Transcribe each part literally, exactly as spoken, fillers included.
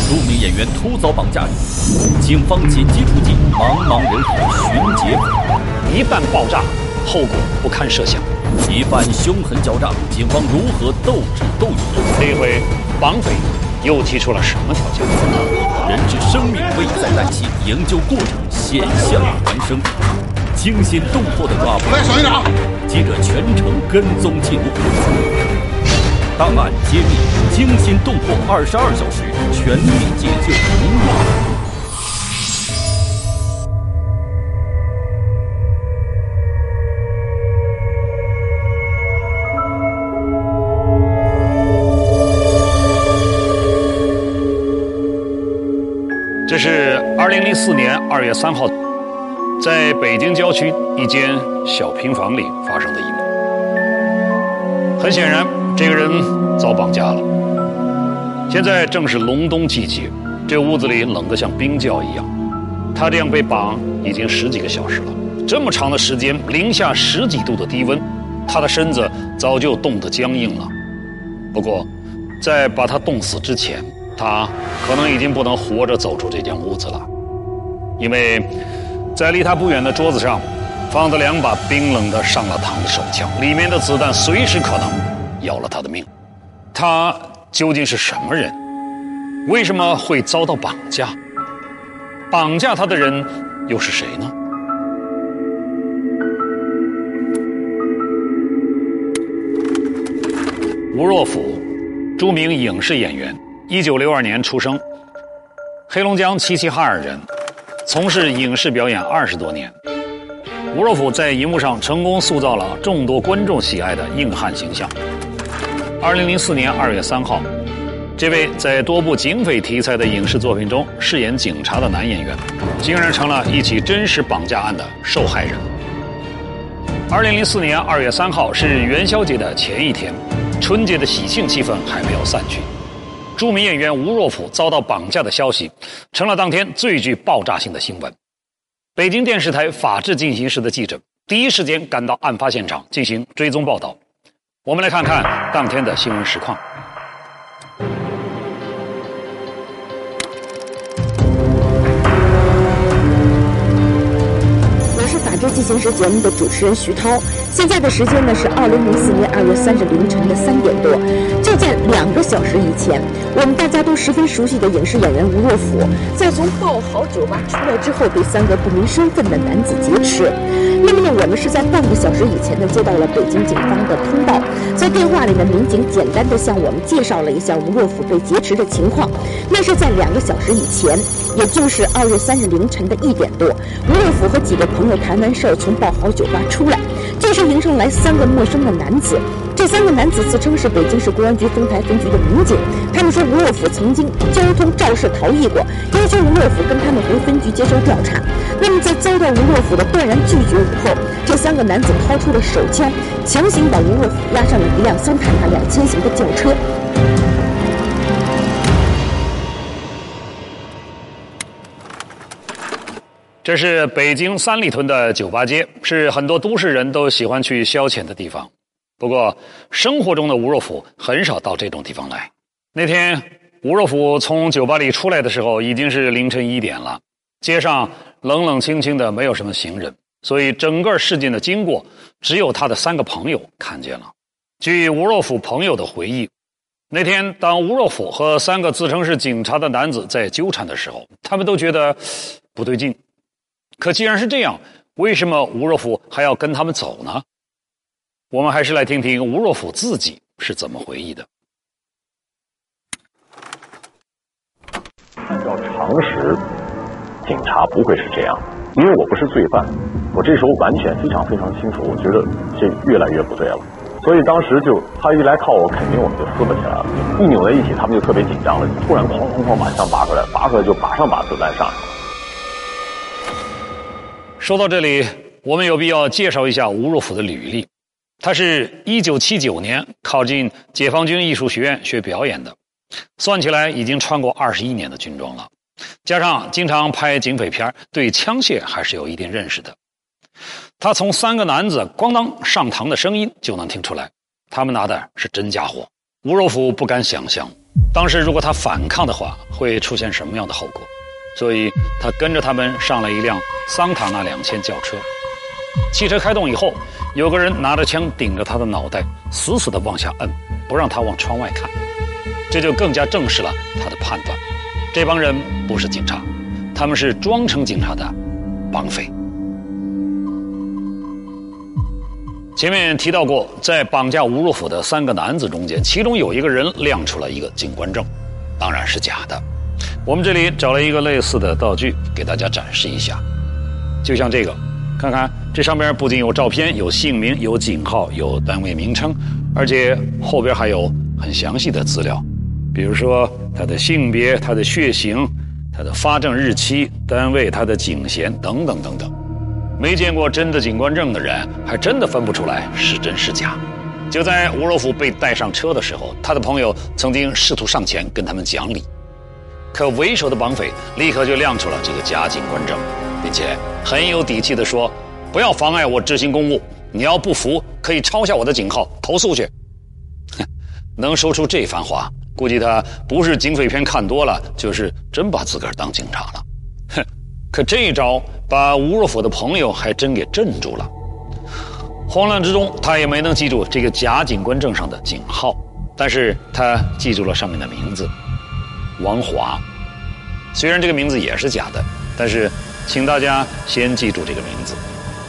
著名演员突遭绑架案，警方紧急出击，茫茫人海寻劫。 一旦爆炸，后果不堪设想。 疑犯凶狠狡诈，警方如何斗智斗勇？ 这一回，绑匪又提出了什么条件？ 人质生命危在旦夕，营救过程险象环生。惊心动魄的抓捕， 来，小队长， 记者全程跟踪记录，档案揭秘，惊心动魄二十二小时，全力解救吴若甫。 这是二零零四年二月三号。在北京郊区一间小平房里发生的一幕。很显然，这个人遭绑架了。现在正是隆冬季节，这屋子里冷得像冰窖一样。他这样被绑已经十几个小时了，这么长的时间，零下十几度的低温，他的身子早就冻得僵硬了。不过，在把他冻死之前，他可能已经不能活着走出这间屋子了，因为在离他不远的桌子上，放着两把冰冷的上了膛的手枪，里面的子弹随时可能要了他的命。他究竟是什么人？为什么会遭到绑架？绑架他的人又是谁呢？吴若甫，著名影视演员，一九六二年出生，黑龙江齐齐哈尔人。从事影视表演二十多年，吴若甫在荧幕上成功塑造了众多观众喜爱的硬汉形象。二零零四年二月三号，这位在多部警匪题材的影视作品中饰演警察的男演员，竟然成了一起真实绑架案的受害人。二零零四年二月三号是元宵节的前一天，春节的喜庆气氛还没有散去。著名演员吴若甫遭到绑架的消息，成了当天最具爆炸性的新闻。北京电视台《法制进行时》的记者第一时间赶到案发现场进行追踪报道。我们来看看当天的新闻实况。 法制进行时节目的主持人徐涛，现在的时间呢是二零零四年二月三日凌晨的三点多。就在两个小时以前，我们大家都十分熟悉的影视演员吴若甫，在从爆豪酒吧出来之后，被三个不明身份的男子劫持。那么呢，我们是在半个小时以前呢接到了北京警方的通报，在电话里呢，民警简单的向我们介绍了一下吴若甫被劫持的情况。那是在两个小时以前，也就是二月三日凌晨的一点多，吴若甫和几个朋友谈完事儿，从爆豪酒吧出来，这时迎上来三个陌生的男子。这三个男子自称是北京市公安局丰台分局的民警，他们说吴若甫曾经交通肇事逃逸过，要求吴若甫跟他们回分局接受调查。那么在遭到吴若甫的断然拒绝以后，这三个男子掏出了手枪，强行把吴若甫押上了一辆桑塔纳两千型的轿车。 这是北京三里屯的酒吧街，是很多都市人都喜欢去消遣的地方。不过，生活中的吴若甫很少到这种地方来。那天，吴若甫从酒吧里出来的时候，已经是凌晨一点了。街上冷冷清清的，没有什么行人，所以整个事件的经过，只有他的三个朋友看见了。据吴若甫朋友的回忆，那天当吴若甫和三个自称是警察的男子在纠缠的时候，他们都觉得不对劲。可既然是这样，为什么吴若甫还要跟他们走呢？我们还是来听听吴若甫自己是怎么回忆的。 按照常识，警察不会是这样，因为我不是罪犯，我这时候完全非常非常清楚，我觉得这越来越不对了。所以当时就他一来靠我，肯定我们就撕巴起来了，一扭在一起，他们就特别紧张了，突然哐哐哐把枪拔出来，拔出来就马上把子弹上上。 说到这里，我们有必要介绍一下吴若甫的履历。他是一九七九年考进解放军艺术学院学表演的，算起来已经穿过二十一年的军装了。加上经常拍警匪片，对枪械还是有一定认识的。他从三个男子咣当上膛的声音就能听出来，他们拿的是真家伙， 吴若甫不敢想象，当时如果他反抗的话，会出现什么样的后果，所以他跟着他们上了一辆桑塔纳两千轿车。汽车开动以后，有个人拿着枪顶着他的脑袋，死死地往下摁，不让他往窗外看。这就更加证实了他的判断，这帮人不是警察，他们是装成警察的绑匪。前面提到过，在绑架吴若甫的三个男子中间，其中有一个人亮出了一个警官证，当然是假的。我们这里找了一个类似的道具给大家展示一下，就像这个，看看这上边不仅有照片，有姓名，有警号，有单位名称，而且后边还有很详细的资料，比如说他的性别、他的血型、他的发证日期、单位、他的警衔等等等等。没见过真的警官证的人，还真的分不出来是真是假。就在吴若甫被带上车的时候，他的朋友曾经试图上前跟他们讲理，可为首的绑匪立刻就亮出了这个假警官证，并且很有底气地说：“不要妨碍我执行公务，你要不服可以抄下我的警号投诉去。”能说出这番话，估计他不是警匪片看多了，就是真把自个儿当警察了。哼！可这一招把吴若甫的朋友还真给镇住了。慌乱之中，他也没能记住这个假警官证上的警号，但是他记住了上面的名字王华。虽然这个名字也是假的，但是请大家先记住这个名字。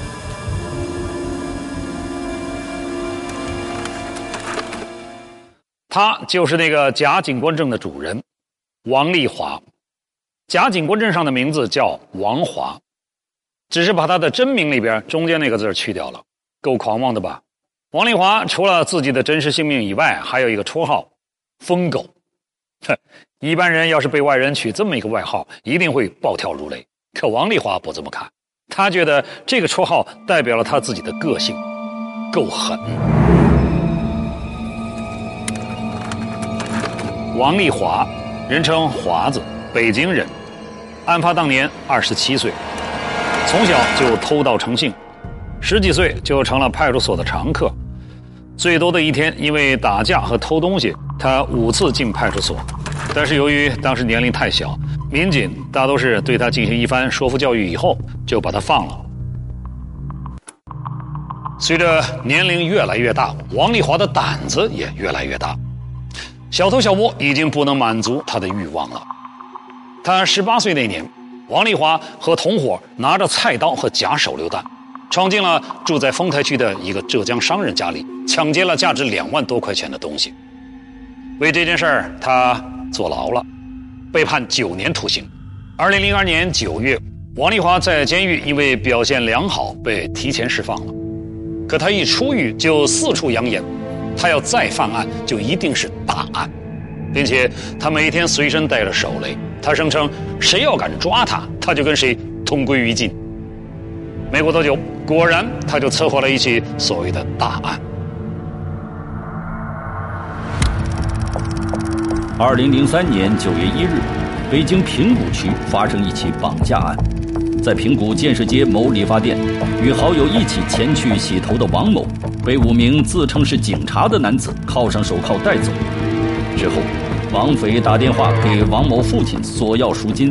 他就是那个假警官证的主人王丽华。假警官证上的名字叫王华，只是把他的真名里边中间那个字去掉了，够狂妄的吧？王丽华除了自己的真实姓名以外，还有一个绰号疯狗。一般人要是被外人取这么一个外号，一定会暴跳如雷。可王丽华不这么看，他觉得这个绰号代表了他自己的个性，够狠。王丽华，人称华子，北京人。案发当年二十七岁，从小就偷盗成性，十几岁就成了派出所的常客。最多的一天，因为打架和偷东西，他五次进派出所。但是由于当时年龄太小，民警大都是对他进行一番说服教育以后，就把他放了。随着年龄越来越大，王丽华的胆子也越来越大，小偷小摸已经不能满足他的欲望了。他十八岁那年，王丽华和同伙拿着菜刀和假手榴弹，闯进了住在丰台区的一个浙江商人家里，抢劫了价值两万多块钱的东西。为这件事儿，他坐牢了，被判九年徒刑。二零零二年九月，王丽华在监狱因为表现良好被提前释放了。可他一出狱就四处扬言，他要再犯案就一定是大案，并且他每天随身带着手雷。他声称谁要敢抓他，他就跟谁同归于尽。没过多久，果然他就策划了一起所谓的大案。 二零零三年九月一日，北京平谷区发生一起绑架案。在平谷建设街某理发店，与好友一起前去洗头的王某，被五名自称是警察的男子铐上手铐带走。之后，绑匪打电话给王某父亲索要赎金。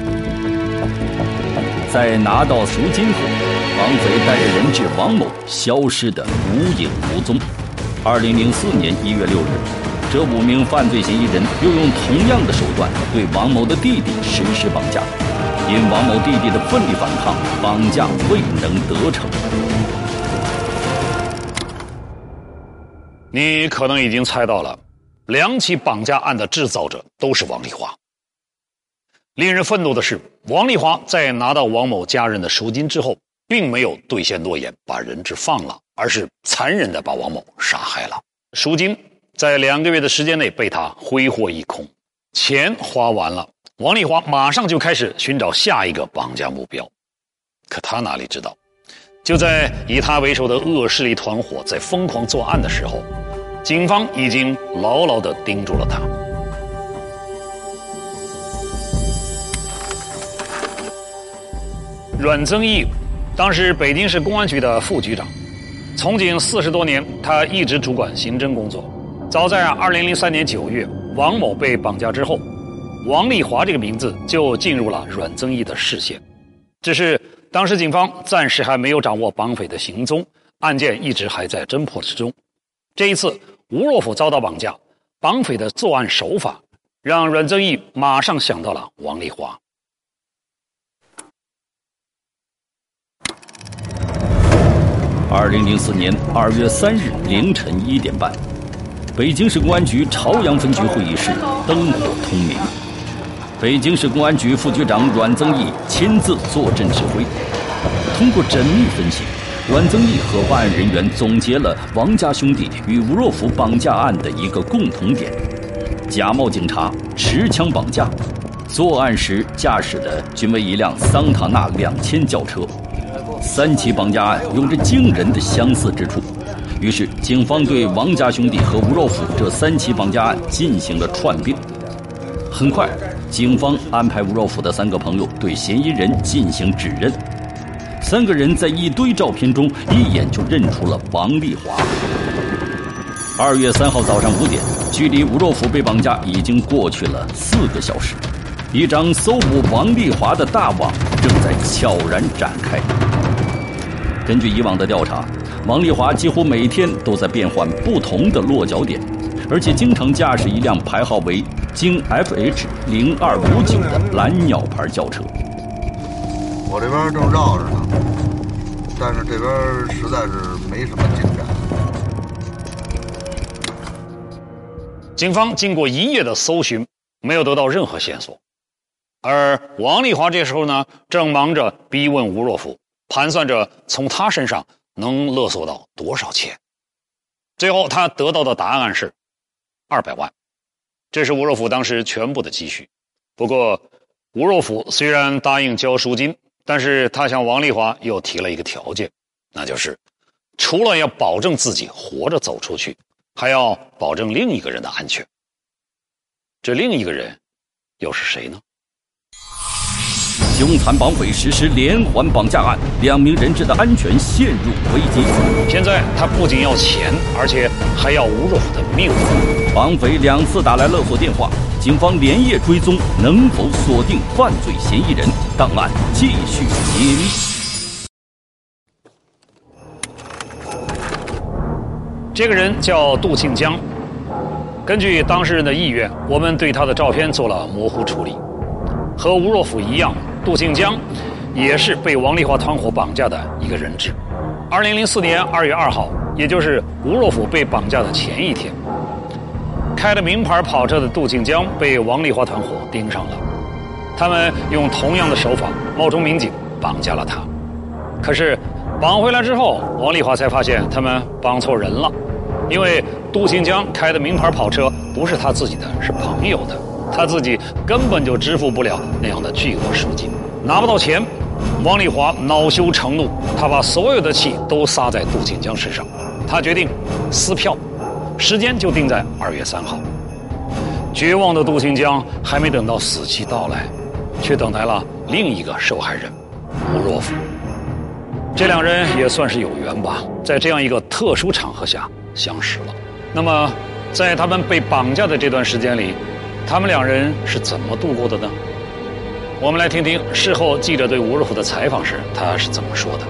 在拿到赎金后，绑匪带着人质王某消失得无影无踪。二零零四年一月六日，这五名犯罪嫌疑人又用同样的手段对王某的弟弟实施绑架。因王某弟弟的奋力反抗，绑架未能得逞。 你可能已经猜到了，两起绑架案的制造者都是王丽华。令人愤怒的是，王丽华在拿到王某家人的赎金之后，并没有兑现诺言把人质放了，而是残忍地把王某杀害了。赎金在两个月的时间内被他挥霍一空，钱花完了，王丽华马上就开始寻找下一个绑架目标。可他哪里知道，就在以他为首的恶势力团伙在疯狂作案的时候，警方已经牢牢地盯住了他。阮增义，当时北京市公安局的副局长，从警四十多年，他一直主管刑侦工作。 早在二零零三年九月，王某被绑架之后，王丽华这个名字就进入了阮增益的视线。只是当时警方暂时还没有掌握绑匪的行踪，案件一直还在侦破之中。这一次吴若甫遭到绑架，绑匪的作案手法让阮增益马上想到了王丽华。 二零零四年二月三日凌晨一点半，北京市公安局朝阳分局会议室灯火通明。北京市公安局副局长阮增益亲自坐镇指挥。通过缜密分析，阮增益和办案人员总结了王家兄弟与吴若甫绑架案的一个共同点：假冒警察持枪绑架，作案时驾驶的均为一辆桑塔纳两千轿车。三起绑架案有着惊人的相似之处，于是警方对王家兄弟和吴若甫这三起绑架案进行了串并。很快，警方安排吴若甫的三个朋友对嫌疑人进行指认。三个人在一堆照片中一眼就认出了王丽华。二月三号早上五点，距离吴若甫被绑架已经过去了四个小时，一张搜捕王丽华的大网正在悄然展开。根据以往的调查，王丽华几乎每天都在变换不同的落脚点，而且经常驾驶一辆牌号为京 F H 零二五九的蓝鸟牌轿车。 我这边正绕着呢，但是这边实在是没什么进展。 警方经过一夜的搜寻，没有得到任何线索。而王丽华这时候呢，正忙着逼问吴若甫，盘算着从他身上能勒索到多少钱。最后他得到的答案是二百万，这是吴若甫当时全部的积蓄。不过吴若甫虽然答应交赎金，但是他向王丽华又提了一个条件，那就是除了要保证自己活着走出去，还要保证另一个人的安全。这另一个人又是谁呢？ 凶残绑匪实施连环绑架案，两名人质的安全陷入危机。 现在他不仅要钱，而且还要吴若甫的命。 绑匪两次打来勒索电话，警方连夜追踪，能否锁定犯罪嫌疑人？档案继续解密。 这个人叫杜庆江，根据当事人的意愿，我们对他的照片做了模糊处理。和吴若甫一样，杜庆江也是被王丽华团伙绑架的一个人质。二零零四年二月二号，也就是吴若甫被绑架的前一天，开着名牌跑车的杜庆江被王丽华团伙盯上了。他们用同样的手法冒充民警绑架了他。可是绑回来之后，王丽华才发现他们绑错人了，因为杜庆江开的名牌跑车不是他自己的，是朋友的。他自己根本就支付不了那样的巨额赎金，拿不到钱。王丽华恼羞成怒，他把所有的气都撒在杜庆江身上。他决定撕票，时间就定在二月三号。绝望的杜庆江还没等到死期到来，却等来了另一个受害人吴若甫。这两人也算是有缘吧，在这样一个特殊场合下相识了。那么在他们被绑架的这段时间里，他们两人是怎么度过的呢？我们来听听事后记者对吴若甫的采访时，他是怎么说的。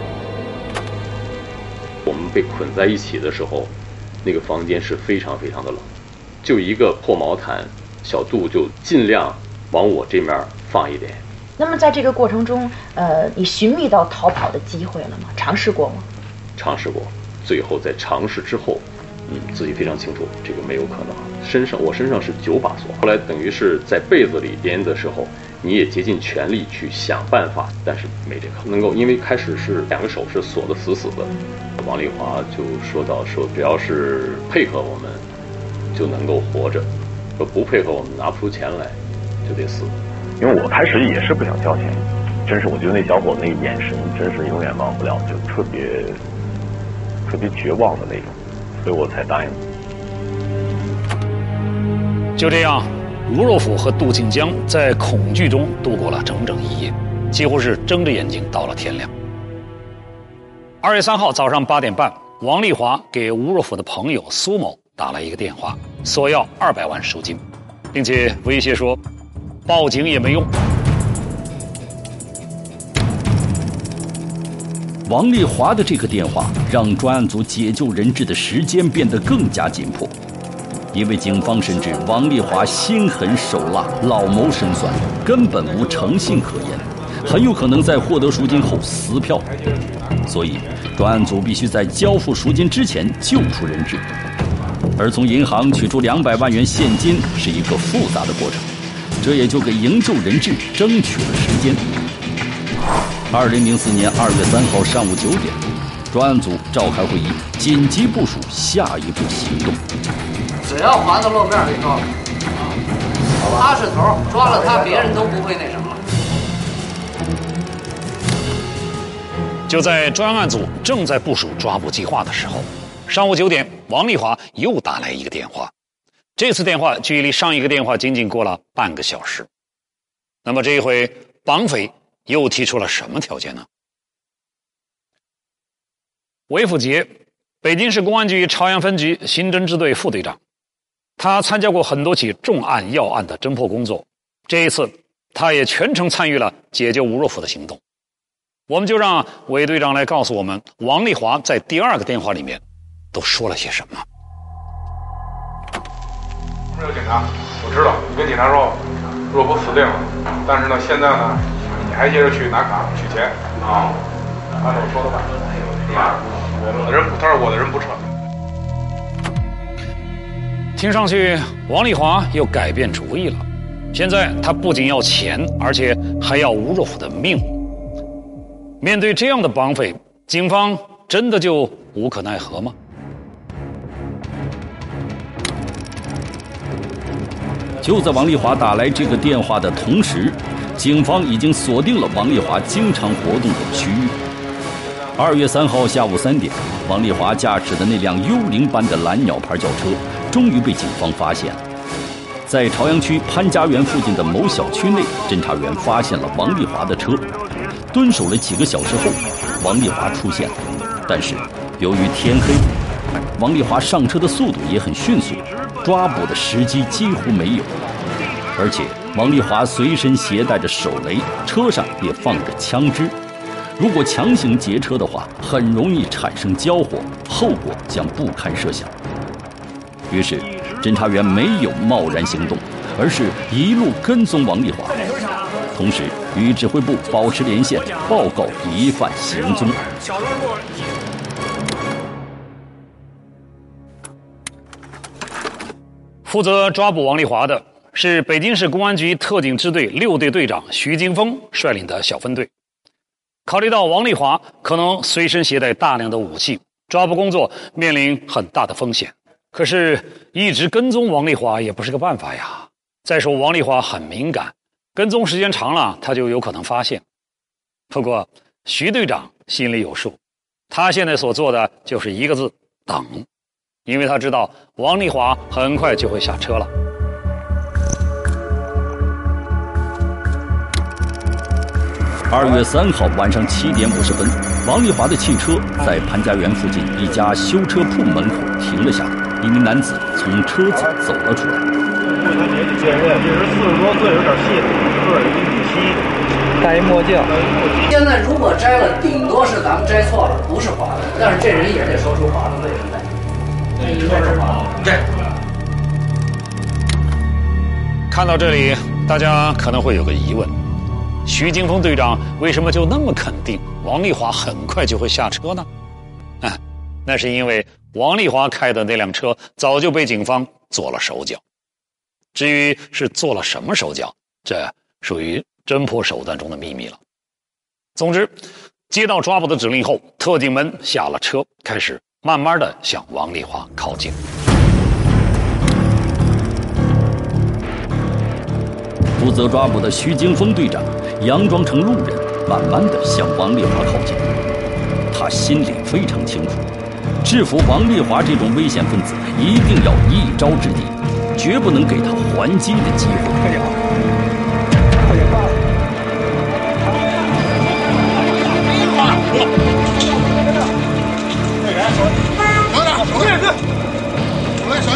我们被捆在一起的时候，那个房间是非常非常的冷，就一个破毛毯，小杜就尽量往我这面放一点。 那么在这个过程中，呃，你寻觅到逃跑的机会了吗？尝试过吗？ 尝试过，最后在尝试之后，嗯，自己非常清楚这个没有可能。身上我身上是九把锁，后来等于是在被子里边的时候，你也竭尽全力去想办法，但是没这个能够，因为开始是两个手是锁得死死的。王丽华就说到说，只要是配合我们，就能够活着；说不配合我们，拿不出钱来，就得死。因为我开始也是不想交钱，真是我觉得那小伙子那个眼神真是永远忘不了，就特别特别绝望的那种，所以我才答应。 就这样，吴若甫和杜庆江在恐惧中度过了整整一夜，几乎是睁着眼睛到了天亮。二月三号早上八点半，王丽华给吴若甫的朋友苏某打来一个电话，索要二百万赎金，并且威胁说，报警也没用。 王丽华的这个电话让专案组解救人质的时间变得更加紧迫，因为警方深知王丽华心狠手辣、老谋深算，根本无诚信可言，很有可能在获得赎金后撕票，所以专案组必须在交付赎金之前救出人质。而从银行取出两百万元现金是一个复杂的过程，这也就给营救人质争取了时间。二零零四年二月三号上午九点，专案组召开会议，紧急部署下一步行动。 只要划到路面就抓了，他是头，抓了他，别人都不会那什么了。 就在专案组正在部署抓捕计划的时候，上午九点，王丽华又打来一个电话。这次电话距离上一个电话仅仅过了半个小时。那么这一回，绑匪又提出了什么条件呢？韦福杰，北京市公安局朝阳分局刑侦支队副队长，他参加过很多起重案要案的侦破工作，这一次他也全程参与了解救吴若甫的行动。我们就让韦队长来告诉我们，王丽华在第二个电话里面都说了些什么。 没有警察，我知道你跟警察说若甫死定了，但是呢，现在呢，你还接着去拿卡取钱啊？按照我说的办。我的人不，他说我的人不撤。 听上去，王丽华又改变主意了。现在他不仅要钱，而且还要吴若甫的命。面对这样的绑匪，警方真的就无可奈何吗？ 就在王丽华打来这个电话的同时，警方已经锁定了王丽华经常活动的区域。二月三号下午三点，王丽华驾驶的那辆幽灵般的蓝鸟牌轿车终于被警方发现了。在朝阳区潘家园附近的某小区内，侦查员发现了王丽华的车。蹲守了几个小时后，王丽华出现了，但是由于天黑，王丽华上车的速度也很迅速，抓捕的时机几乎没有。而且王丽华随身携带着手雷，车上也放着枪支，如果强行劫车的话，很容易产生交火，后果将不堪设想。于是侦查员没有贸然行动，而是一路跟踪王丽华，同时与指挥部保持连线，报告疑犯行踪。 负责抓捕王丽华的是北京市公安局特警支队六队队长徐金峰率领的小分队。考虑到王丽华可能随身携带大量的武器，抓捕工作面临很大的风险。可是，一直跟踪王丽华也不是个办法呀。再说，王丽华很敏感，跟踪时间长了，他就有可能发现。不过，徐队长心里有数，他现在所做的就是一个字：等。因为他知道王丽华很快就会下车了。 二月三号晚上七点五十分，王丽华的汽车在潘家园附近一家修车铺门口停了下来。一名男子从车子走了出来。 这人是四十多岁，有点细，个儿一米七，戴一墨镜。 现在如果摘了，顶多是咱们摘错了，不是划的，但是这人也得说出划的为什么来。这应该是划的。对。 看到这里，大家可能会有个疑问：徐金峰队长为什么就那么肯定王丽华很快就会下车呢？啊，那是因为王丽华开的那辆车早就被警方做了手脚。至于是做了什么手脚，这属于侦破手段中的秘密了。总之，接到抓捕的指令后，特警们下了车，开始慢慢的向王丽华靠近。 负责抓捕的徐金峰队长佯装成路人，慢慢的向王丽华靠近。他心里非常清楚，制服王丽华这种危险分子，一定要一招制敌，绝不能给他还击的机会。快点吧，快点吧！ 队员，等等，手对对，手来手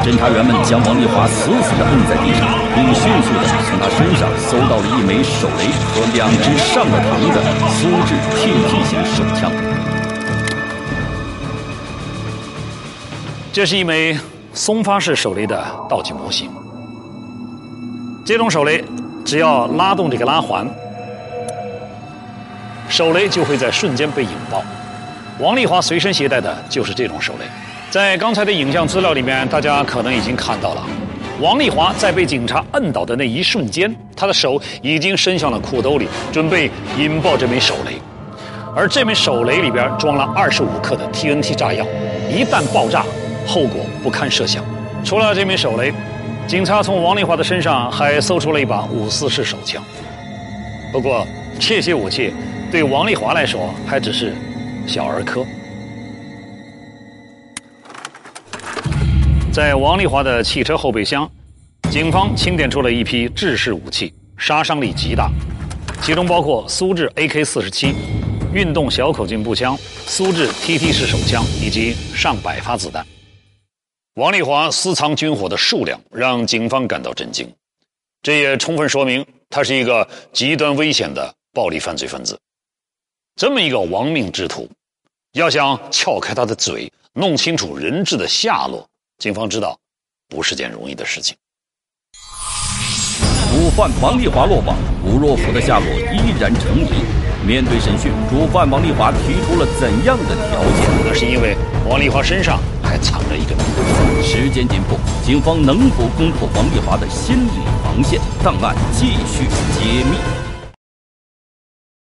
侦查员们将王丽华死死地摁在地上，并迅速地从他身上搜到了一枚手雷和两支上了膛的苏制 T T 型手枪。 这是一枚松发式手雷的道具模型。这种手雷只要拉动这个拉环，手雷就会在瞬间被引爆。王丽华随身携带的就是这种手雷。在刚才的影像资料里面，大家可能已经看到了，王丽华在被警察摁倒的那一瞬间，他的手已经伸向了裤兜里，准备引爆这枚手雷。而这枚手雷里边装了二十五克的 T N T 炸药，一旦爆炸，后果不堪设想。除了这枚手雷，警察从王丽华的身上还搜出了一把五四式手枪。不过，这些武器对王丽华来说还只是小儿科。在王丽华的汽车后备箱，警方清点出了一批制式武器，杀伤力极大，其中包括苏制 A K 四十七、运动小口径步枪、苏制 T T 式手枪以及上百发子弹。王丽华私藏军火的数量让警方感到震惊，这也充分说明他是一个极端危险的暴力犯罪分子。这么一个亡命之徒，要想撬开他的嘴，弄清楚人质的下落，警方知道不是件容易的事情。 主犯王丽华落网，吴若甫的下落依然成谜。面对审讯，主犯王丽华提出了怎样的条件？ 那是因为王丽华身上还藏着一个谜。 时间紧迫，警方能否攻破王丽华的心理防线？档案继续揭秘。